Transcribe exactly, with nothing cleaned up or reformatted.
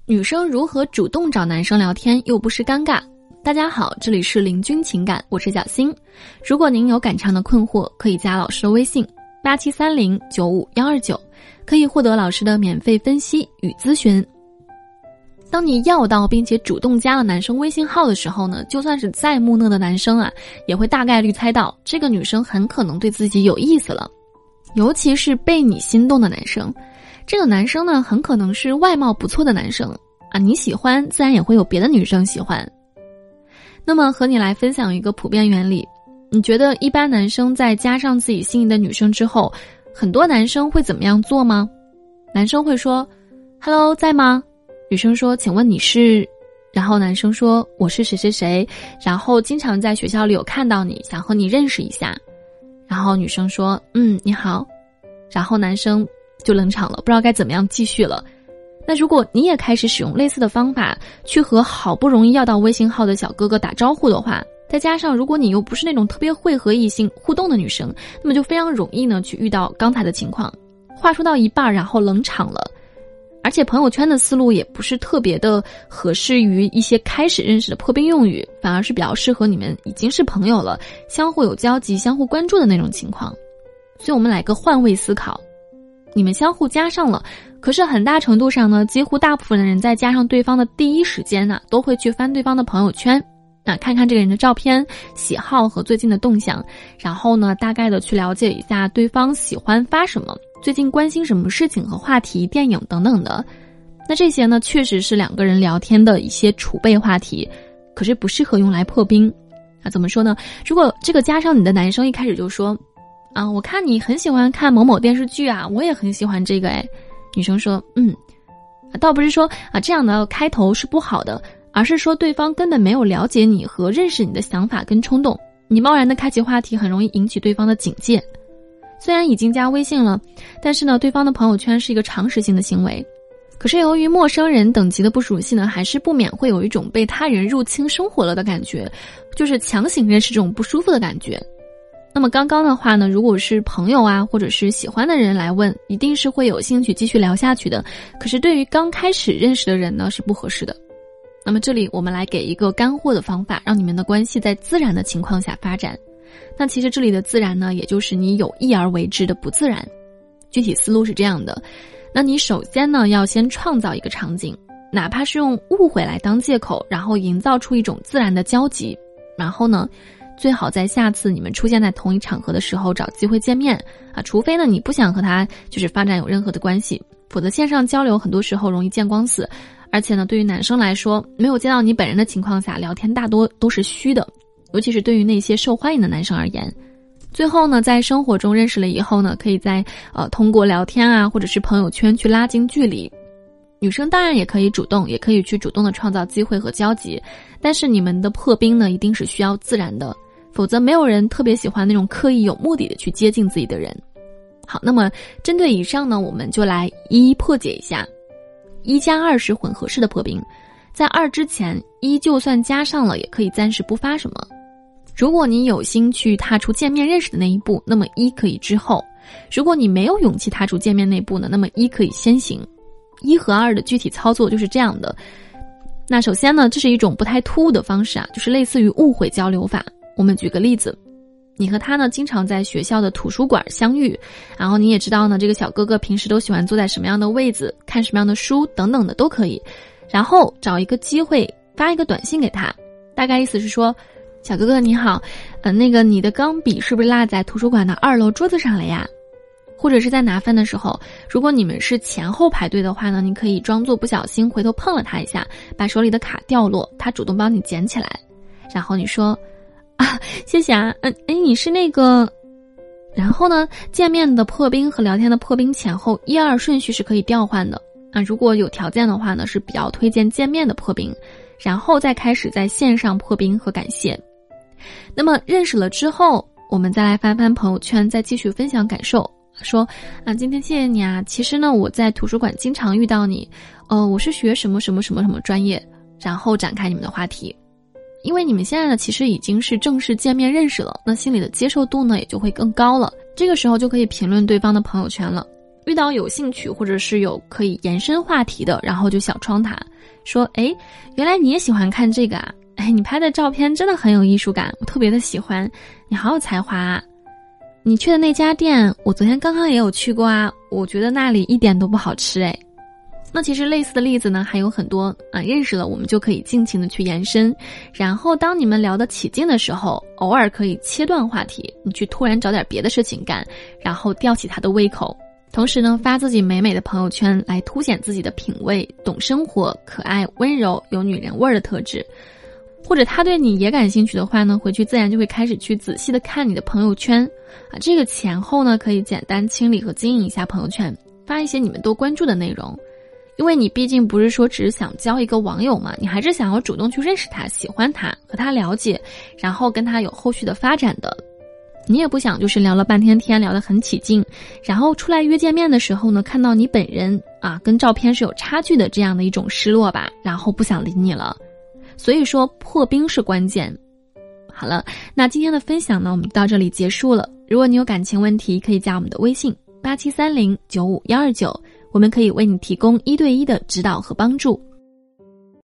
女生如何主动找男生聊天又不失尴尬？大家好，这里是林君情感，我是小新。如果您有感情的困惑，可以加老师的微信八七三零九五一二九，可以获得老师的免费分析与咨询。当你要到并且主动加了男生微信号的时候呢，就算是再木讷的男生啊，也会大概率猜到这个女生很可能对自己有意思了。尤其是被你心动的男生，这个男生呢，很可能是外貌不错的男生啊，你喜欢自然也会有别的女生喜欢。那么和你来分享一个普遍原理，你觉得一般男生在加上自己心仪的女生之后，很多男生会怎么样做吗？男生会说 Hello 在吗？女生说请问你是，然后男生说我是谁谁谁，然后经常在学校里有看到你，想和你认识一下。然后女生说嗯你好，然后男生就冷场了，不知道该怎么样继续了。那如果你也开始使用类似的方法去和好不容易要到微信号的小哥哥打招呼的话，再加上如果你又不是那种特别会和异性互动的女生，那么就非常容易呢去遇到刚才的情况，话说到一半然后冷场了。而且朋友圈的思路也不是特别的合适于一些开始认识的破冰用语，反而是比较适合你们已经是朋友了，相互有交集相互关注的那种情况。所以我们来个换位思考，你们相互加上了，可是很大程度上呢，几乎大部分的人在加上对方的第一时间呢，都会去翻对方的朋友圈啊，看看这个人的照片、喜好和最近的动向，然后呢，大概的去了解一下对方喜欢发什么，最近关心什么事情和话题、电影等等的。那这些呢，确实是两个人聊天的一些储备话题，可是不适合用来破冰啊。怎么说呢？如果这个加上你的男生一开始就说啊，我看你很喜欢看某某电视剧啊，我也很喜欢这个哎。女生说嗯，倒不是说啊这样的开头是不好的，而是说对方根本没有了解你和认识你的想法跟冲动，你贸然的开启话题很容易引起对方的警戒。虽然已经加微信了，但是呢，对方的朋友圈是一个常识性的行为，可是由于陌生人等级的不熟悉呢，还是不免会有一种被他人入侵生活了的感觉，就是强行认识这种不舒服的感觉。那么刚刚的话呢，如果是朋友啊，或者是喜欢的人来问，一定是会有兴趣继续聊下去的。可是对于刚开始认识的人呢，是不合适的。那么这里我们来给一个干货的方法，让你们的关系在自然的情况下发展。那其实这里的自然呢，也就是你有意而为之的不自然。具体思路是这样的，那你首先呢，要先创造一个场景，哪怕是用误会来当借口，然后营造出一种自然的交集，然后呢最好在下次你们出现在同一场合的时候找机会见面啊，除非呢你不想和他就是发展有任何的关系，否则线上交流很多时候容易见光死，而且呢对于男生来说，没有见到你本人的情况下聊天大多都是虚的，尤其是对于那些受欢迎的男生而言。最后呢，在生活中认识了以后呢，可以在呃通过聊天啊或者是朋友圈去拉近距离。女生当然也可以主动，也可以去主动的创造机会和交集，但是你们的破冰呢一定是需要自然的，否则没有人特别喜欢那种刻意有目的的去接近自己的人。好，那么针对以上呢，我们就来一一破解一下。一加二是混合式的破冰，在二之前，一就算加上了也可以暂时不发什么。如果你有心去踏出见面认识的那一步，那么一可以之后；如果你没有勇气踏出见面那一步呢，那么一可以先行。一和二的具体操作就是这样的。那首先呢，这是一种不太突兀的方式啊，就是类似于误会交流法。我们举个例子，你和他呢经常在学校的图书馆相遇，然后你也知道呢这个小哥哥平时都喜欢坐在什么样的位子，看什么样的书等等的都可以，然后找一个机会发一个短信给他，大概意思是说，小哥哥你好，呃，那个你的钢笔是不是落在图书馆的二楼桌子上了呀？或者是在拿分的时候，如果你们是前后排队的话呢，你可以装作不小心回头碰了他一下，把手里的卡掉落，他主动帮你捡起来，然后你说啊，谢谢啊，嗯，哎，你是那个，然后呢，见面的破冰和聊天的破冰前后一二顺序是可以调换的啊。如果有条件的话呢，是比较推荐见面的破冰，然后再开始在线上破冰和感谢。那么认识了之后，我们再来翻翻朋友圈，再继续分享感受。说啊，今天谢谢你啊，其实呢我在图书馆经常遇到你，呃，我是学什么什么什么什么专业，然后展开你们的话题。因为你们现在呢其实已经是正式见面认识了，那心里的接受度呢也就会更高了，这个时候就可以评论对方的朋友圈了。 遇到有兴趣或者是有可以延伸话题的，然后就小窗他说，诶，原来你也喜欢看这个啊，哎，你拍的照片真的很有艺术感，我特别的喜欢，你好有才华啊。你去的那家店我昨天刚刚也有去过啊，我觉得那里一点都不好吃诶。那其实类似的例子呢还有很多啊，认识了我们就可以尽情的去延伸，然后当你们聊得起劲的时候，偶尔可以切断话题，你去突然找点别的事情干，然后吊起他的胃口，同时呢发自己美美的朋友圈来凸显自己的品味，懂生活，可爱温柔，有女人味儿的特质。或者他对你也感兴趣的话呢，回去自然就会开始去仔细的看你的朋友圈啊，这个前后呢可以简单清理和经营一下朋友圈，发一些你们都关注的内容。因为你毕竟不是说只是想交一个网友嘛，你还是想要主动去认识他，喜欢他，和他了解，然后跟他有后续的发展的。你也不想就是聊了半天天，聊得很起劲，然后出来约见面的时候呢，看到你本人啊跟照片是有差距的这样的一种失落吧，然后不想理你了。所以说破冰是关键。好了，那今天的分享呢我们到这里结束了。如果你有感情问题，可以加我们的微信八七三零九五一二九，我们可以为你提供一对一的指导和帮助。